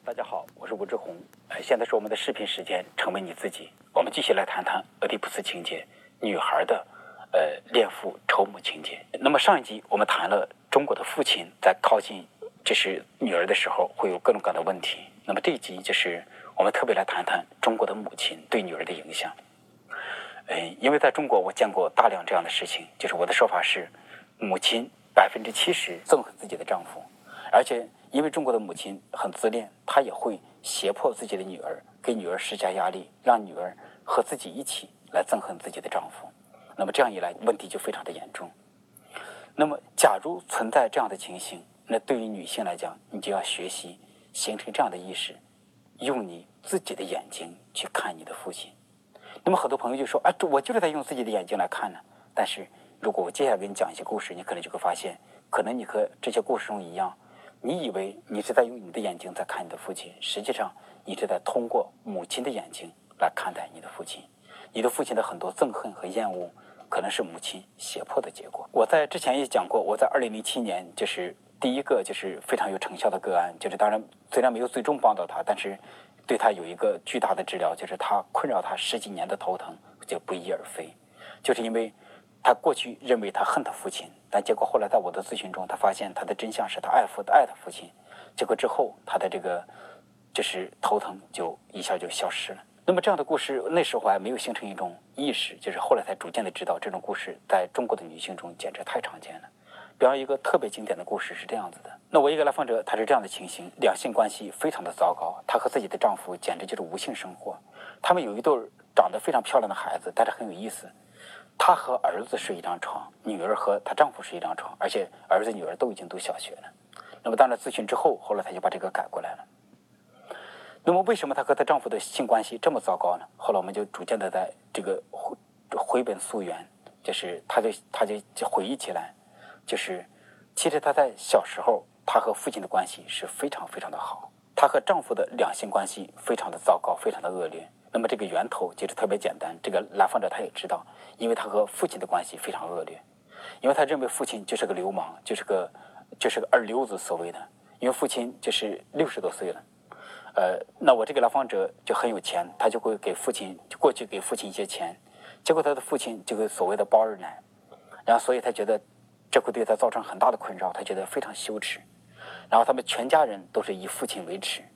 大家好，我是吴志红。现在是我们的视频时间，成为你自己。我们继续来谈谈俄狄浦斯情节，女孩的恋父仇母情节。那么上一集我们谈了中国的父亲在靠近女儿的时候会有各种各样的问题。那么这一集我们特别来谈谈中国的母亲对女儿的影响。因为在中国我见过大量这样的事情，我的说法是，母亲70%憎恨自己的丈夫，而且因为中国的母亲很自恋，她也会胁迫自己的女儿，给女儿施加压力，让女儿和自己一起来憎恨自己的丈夫。那么这样一来，问题就非常的严重。那么假如存在这样的情形，那对于女性来讲，你就要学习形成这样的意识，用你自己的眼睛去看你的父亲。那么很多朋友就说，我就是在用自己的眼睛来看呢。但是如果我接下来给你讲一些故事，你可能就会发现，可能你和这些故事中一样，你以为你是在用你的眼睛在看你的父亲，实际上你是在通过母亲的眼睛来看待你的父亲。你的父亲的很多憎恨和厌恶，可能是母亲胁迫的结果。我在之前也讲过，我在2007年第一个非常有成效的个案，当然虽然没有最终帮到他，但是对他有一个巨大的治疗，他困扰他10几年的头疼就不翼而飞。因为他过去认为他恨他父亲，但结果后来在我的咨询中，他发现他的真相是他爱他父亲。结果之后他的头疼就一下就消失了。那么这样的故事那时候还没有形成一种意识，后来才逐渐的知道，这种故事在中国的女性中简直太常见了。比方一个特别经典的故事是这样子的，那我一个来访者，他是这样的情形，两性关系非常的糟糕，她和自己的丈夫简直就是无性生活。他们有一对长得非常漂亮的孩子，但是很有意思，她和儿子睡一张床，女儿和她丈夫睡一张床，而且儿子女儿都已经读小学了。那么当然咨询之后，后来她就把这个改过来了。那么为什么她和她丈夫的性关系这么糟糕呢？后来我们就逐渐的在回本溯源，她就回忆起来，其实她在小时候，她和父亲的关系是非常非常的好，她和丈夫的两性关系非常的糟糕，非常的恶劣。那么这个源头特别简单，这个来访者他也知道，因为他和父亲的关系非常恶劣，因为他认为父亲就是个流氓，就是个二流子所谓的，因为父亲60多岁了。那我这个来访者就很有钱，他就会过去给父亲一些钱，结果他的父亲就会所谓的包二奶，然后所以他觉得这会对他造成很大的困扰，他觉得非常羞耻，然后他们全家人都是以父亲为耻，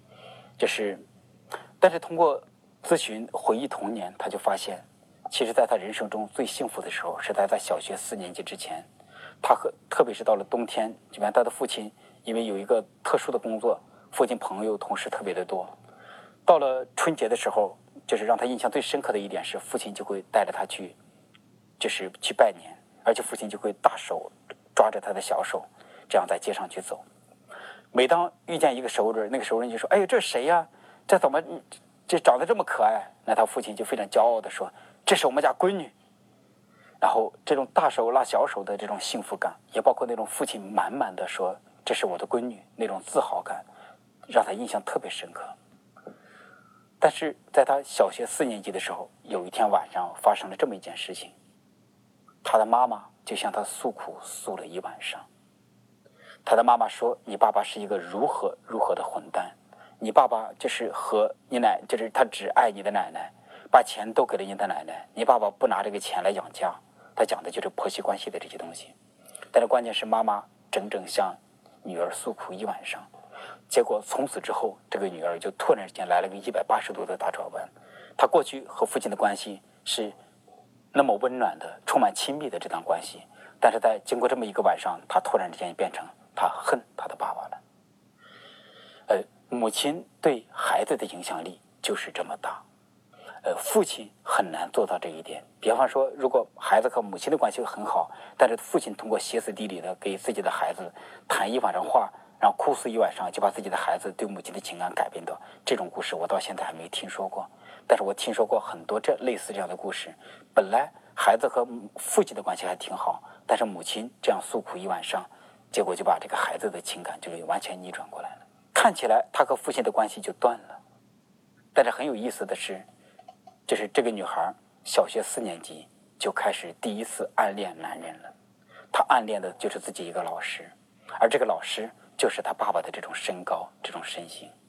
但是通过咨询回忆童年，他就发现，其实在他人生中最幸福的时候是在小学4年级之前，特别是到了冬天，他的父亲因为有一个特殊的工作，父亲朋友同事特别的多，到了春节的时候，让他印象最深刻的一点是，父亲就会带着他去拜年，而且父亲就会大手抓着他的小手，这样在街上去走。每当遇见一个熟人，那个熟人就说，这是谁呀？这怎么这长得这么可爱？那他父亲就非常骄傲地说，这是我们家闺女。然后这种大手拉小手的这种幸福感，也包括那种父亲满满的说这是我的闺女那种自豪感，让他印象特别深刻。但是在他小学4年级的时候，有一天晚上发生了这么一件事情，他的妈妈就向他诉苦诉了一晚上。他的妈妈说，你爸爸是一个如何的混蛋，你爸爸和你他只爱你的奶奶，把钱都给了你的奶奶，你爸爸不拿这个钱来养家。他讲的婆媳关系的这些东西。但是关键是妈妈整整向女儿诉苦一晚上，结果从此之后，这个女儿就突然之间来了个180度的大转弯。她过去和父亲的关系是那么温暖的、充满亲密的这段关系，但是在经过这么一个晚上，她突然之间变成她恨她的爸爸了。母亲对孩子的影响力就是这么大。父亲很难做到这一点。比方说，如果孩子和母亲的关系很好，但是父亲通过歇斯底里的给自己的孩子谈一晚上话，然后哭诉一晚上，就把自己的孩子对母亲的情感改变到这种故事，我到现在还没听说过。但是我听说过很多类似这样的故事，本来孩子和父亲的关系还挺好，但是母亲这样诉苦一晚上，结果就把这个孩子的情感完全逆转过来了。看起来他和父亲的关系就断了。但是很有意思的是，这个女孩小学4年级就开始第一次暗恋男人了。她暗恋的就是自己一个老师，而这个老师就是她爸爸的这种身高、这种身形。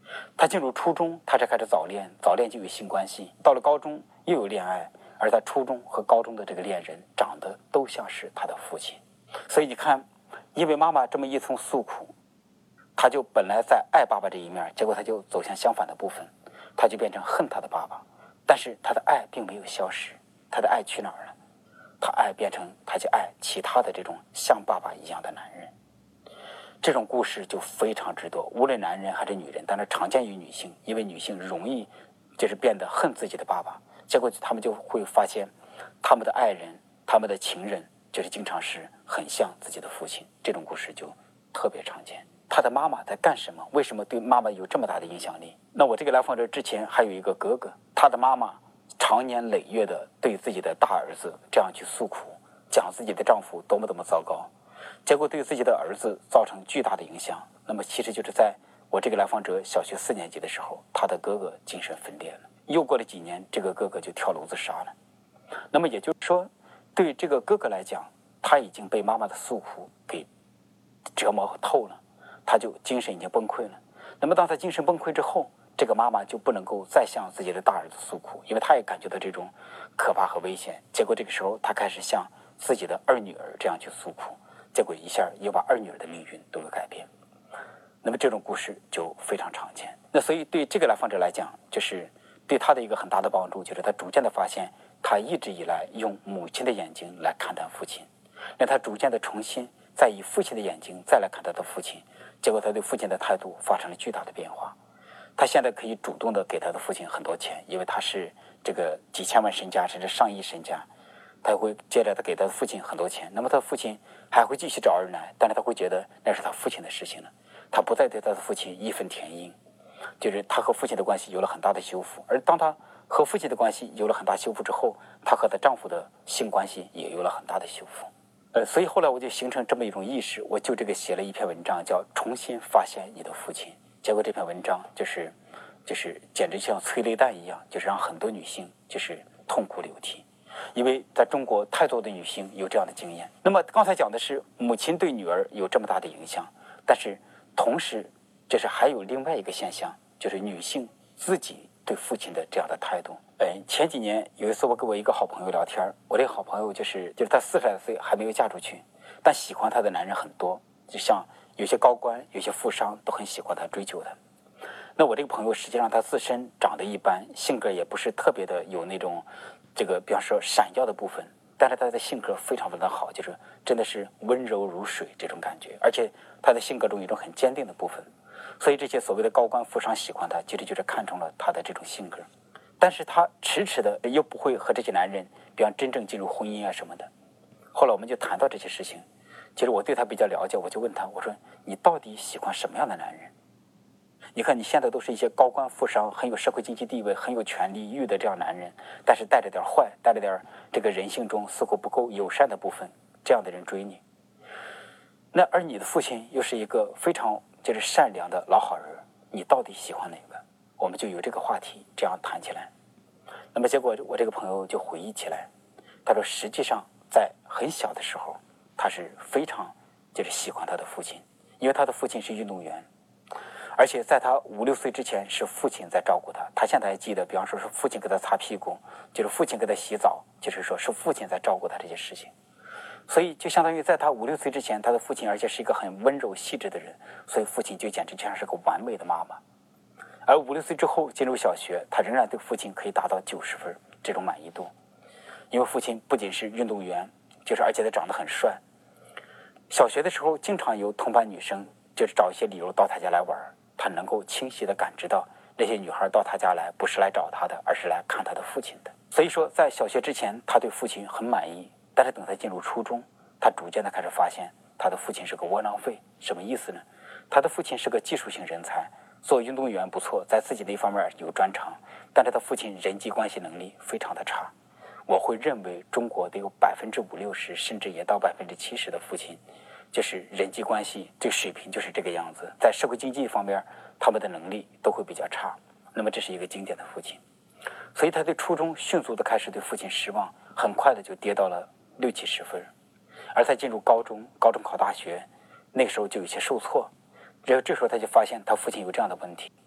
他进入初中，他才开始早恋，早恋就有性关系，到了高中又有恋爱，而在初中和高中的这个恋人长得都像是他的父亲。所以你看，因为妈妈这么一通诉苦，他就本来在爱爸爸这一面，结果他就走向相反的部分，他就变成恨他的爸爸。但是他的爱并没有消失，他的爱去哪儿了？他爱变成，他就爱其他的这种像爸爸一样的男人。这种故事就非常之多，无论男人还是女人，但是常见于女性，因为女性容易就是变得恨自己的爸爸，结果他们就会发现他们的爱人，他们的情人就是经常是很像自己的父亲，这种故事就特别常见。他的妈妈在干什么？为什么对妈妈有这么大的影响力？那我这个来访者之前还有一个哥哥，他的妈妈长年累月的对自己的大儿子这样去诉苦，讲自己的丈夫多么糟糕，结果对自己的儿子造成巨大的影响。那么其实就是在我这个来访者小学4年级的时候，他的哥哥精神分裂了，又过了几年，这个哥哥就跳楼自杀了。那么也就是说，对这个哥哥来讲，他已经被妈妈的诉苦给折磨透了，他就精神已经崩溃了。那么当他精神崩溃之后，这个妈妈就不能够再向自己的大儿子诉苦，因为他也感觉到这种可怕和危险。结果这个时候他开始向自己的二女儿这样去诉苦，结果一下又把二女儿的命运都给改变。那么这种故事就非常常见。那所以对这个来访者来讲，就是对他的一个很大的帮助，就是他逐渐的发现，他一直以来用母亲的眼睛来看待父亲，让他逐渐的重新再以父亲的眼睛再来看他的父亲，结果他对父亲的态度发生了巨大的变化。他现在可以主动的给他的父亲很多钱，因为他是这个几千万身家甚至上亿身家，他会接着他给他的父亲很多钱。那么他父亲还会继续找二奶，但是他会觉得那是他父亲的事情了，他不再对他的父亲义愤填膺，就是他和父亲的关系有了很大的修复。而当他和父亲的关系有了很大修复之后，她和她丈夫的性关系也有了很大的修复。所以后来我就形成这么一种意识，我就这个写了一篇文章，叫《重新发现你的父亲》。结果这篇文章就是简直像催泪弹一样，就是让很多女性就是痛哭流涕，因为在中国太多的女性有这样的经验。那么刚才讲的是母亲对女儿有这么大的影响，但是同时就是还有另外一个现象，就是女性自己对父亲的这样的态度。前几年有一次我跟我一个好朋友聊天，我这个好朋友就是她40来岁还没有嫁出去，但喜欢她的男人很多，就像有些高官有些富商都很喜欢她追求她。那我这个朋友实际上他自身长得一般，性格也不是特别的有那种这个比方说闪耀的部分，但是他的性格非常的好，就是真的是温柔如水这种感觉，而且他的性格中有一种很坚定的部分，所以这些所谓的高官富商喜欢他，其实就是看中了他的这种性格。但是他迟迟的又不会和这些男人比方真正进入婚姻啊什么的。后来我们就谈到这些事情，其实我对他比较了解，我就问他，我说你到底喜欢什么样的男人？你看你现在都是一些高官富商，很有社会经济地位，很有权力欲的这样男人，但是带着点坏，带着点这个人性中似乎不够友善的部分，这样的人追你。那而你的父亲又是一个非常就是善良的老好人，你到底喜欢哪个？我们就有这个话题这样谈起来。那么结果我这个朋友就回忆起来，他说实际上在很小的时候，他是非常就是喜欢他的父亲，因为他的父亲是运动员，而且在他5、6岁之前是父亲在照顾他。他现在还记得，比方说是父亲给他擦屁股，就是父亲给他洗澡，就是说是父亲在照顾他这些事情。所以就相当于在他5、6岁之前，他的父亲而且是一个很温柔细致的人，所以父亲就简直就像是个完美的妈妈。而5、6岁之后进入小学，他仍然对父亲可以达到90分这种满意度，因为父亲不仅是运动员，就是而且他长得很帅。小学的时候经常有同班女生就是找一些理由到他家来玩，他能够清晰地感知到那些女孩到他家来不是来找他的，而是来看他的父亲的。所以说在小学之前他对父亲很满意，但是等他进入初中，他逐渐地开始发现他的父亲是个窝囊废。什么意思呢？他的父亲是个技术型人才，做运动员不错，在自己的一方面有专长，但是他父亲人际关系能力非常的差。我会认为中国得有50%、60%甚至也到70%的父亲就是人际关系这个水平就是这个样子，在社会经济方面他们的能力都会比较差。那么这是一个经典的父亲，所以他对初中迅速的开始对父亲失望，很快的就跌到了60、70分。而在进入高中考大学，那个时候就有些受挫，然后这时候他就发现他父亲有这样的问题，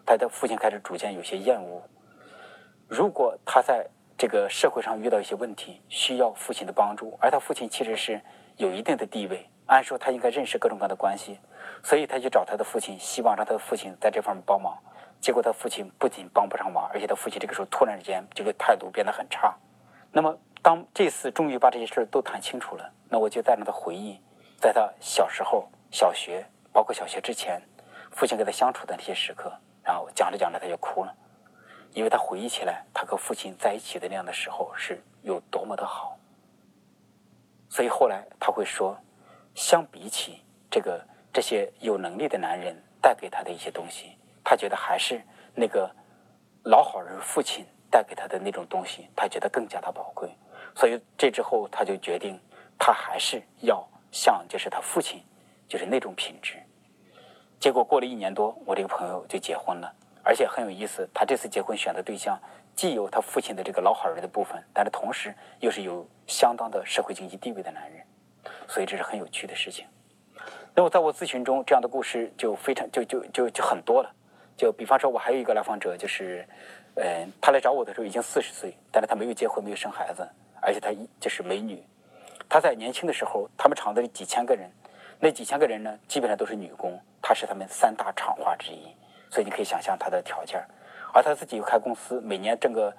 他的父亲开始逐渐有些厌恶。如果他在这个社会上遇到一些问题，需要父亲的帮助，而他父亲其实是有一定的地位，按说他应该认识各种各样的关系，所以他去找他的父亲，希望让他的父亲在这方面帮忙。结果他父亲不仅帮不上忙，而且他父亲这个时候突然之间这个态度变得很差。那么当这次终于把这些事都谈清楚了，那我就在让他回忆，在他小时候、小学，包括小学之前，父亲跟他相处的那些时刻，然后讲着讲着他就哭了，因为他回忆起来他和父亲在一起的那样的时候是有多么的好。所以后来他会说，相比起这些有能力的男人带给他的一些东西，他觉得还是那个老好人父亲带给他的那种东西，他觉得更加的宝贵。所以这之后他就决定，他还是要像就是他父亲就是那种品质。结果过了1年多，我这个朋友就结婚了，而且很有意思，他这次结婚选的对象既有他父亲的这个老好人的部分，但是同时又是有相当的社会经济地位的男人，所以这是很有趣的事情。那么在我咨询中，这样的故事就非常就很多了。就比方说，我还有一个来访者，就是他来找我的时候已经40岁，但是他没有结婚，没有生孩子，而且他就是美女。他在年轻的时候，他们厂子里几千个人，那几千个人呢，基本上都是女工，他是他们3大厂花之一，所以你可以想象他的条件。而他自己又开公司，每年挣个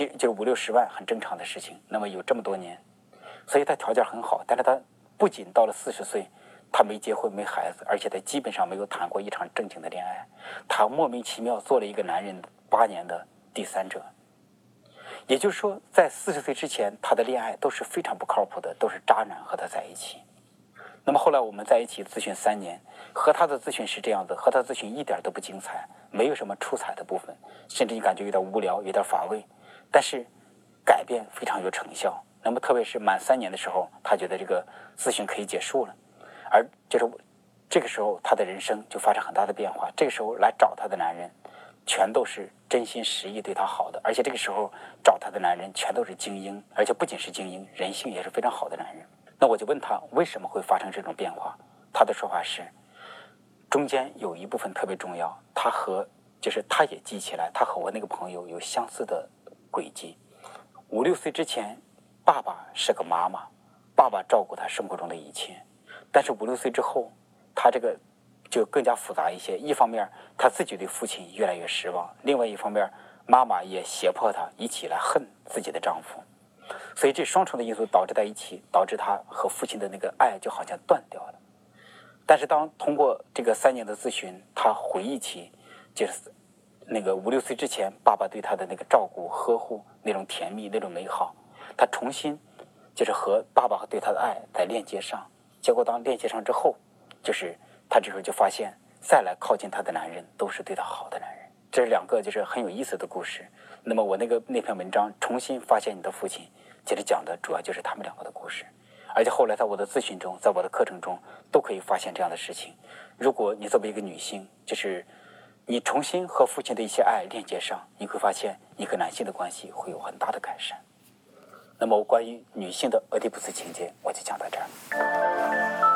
5-60万，很正常的事情。那么有这么多年，所以他条件很好，但是他不仅到了40岁，他没结婚没孩子，而且他基本上没有谈过一场正经的恋爱。他莫名其妙做了一个男人8年的第三者。也就是说，在40岁之前，他的恋爱都是非常不靠谱的，都是渣男和他在一起。那么后来我们在一起咨询3年，和他的咨询是这样的，和他咨询一点都不精彩，没有什么出彩的部分，甚至你感觉有点无聊，有点乏味，但是改变非常有成效。那么特别是满3年的时候，他觉得这个咨询可以结束了，而就是这个时候他的人生就发生很大的变化。这个时候来找他的男人全都是真心实意对他好的，而且这个时候找他的男人全都是精英，而且不仅是精英，人性也是非常好的男人。那我就问他为什么会发生这种变化，他的说法是，中间有一部分特别重要，他也记起来，他和我那个朋友有相似的轨迹。5-6岁之前，爸爸是个妈妈，爸爸照顾他生活中的一切，但是5-6岁之后，他这个就更加复杂一些。一方面他自己对父亲越来越失望，另外一方面妈妈也胁迫他一起来恨自己的丈夫，所以这双重的因素导致在一起，导致他和父亲的那个爱就好像断掉了。但是当通过这个3年的咨询，他回忆起就是那个5-6岁之前爸爸对他的那个照顾呵护，那种甜蜜，那种美好，他重新就是和爸爸对他的爱在链接上。结果当链接上之后，就是他这时候就发现再来靠近他的男人都是对他好的男人。这是2个就是很有意思的故事。那么我那篇文章重新发现你的父亲，其实讲的主要就是他们2个的故事。而且后来在我的咨询中，在我的课程中都可以发现这样的事情。如果你作为一个女性，就是你重新和父亲的一些爱链接上，你会发现你和男性的关系会有很大的改善。那么关于女性的俄狄浦斯情节，我就讲到这儿。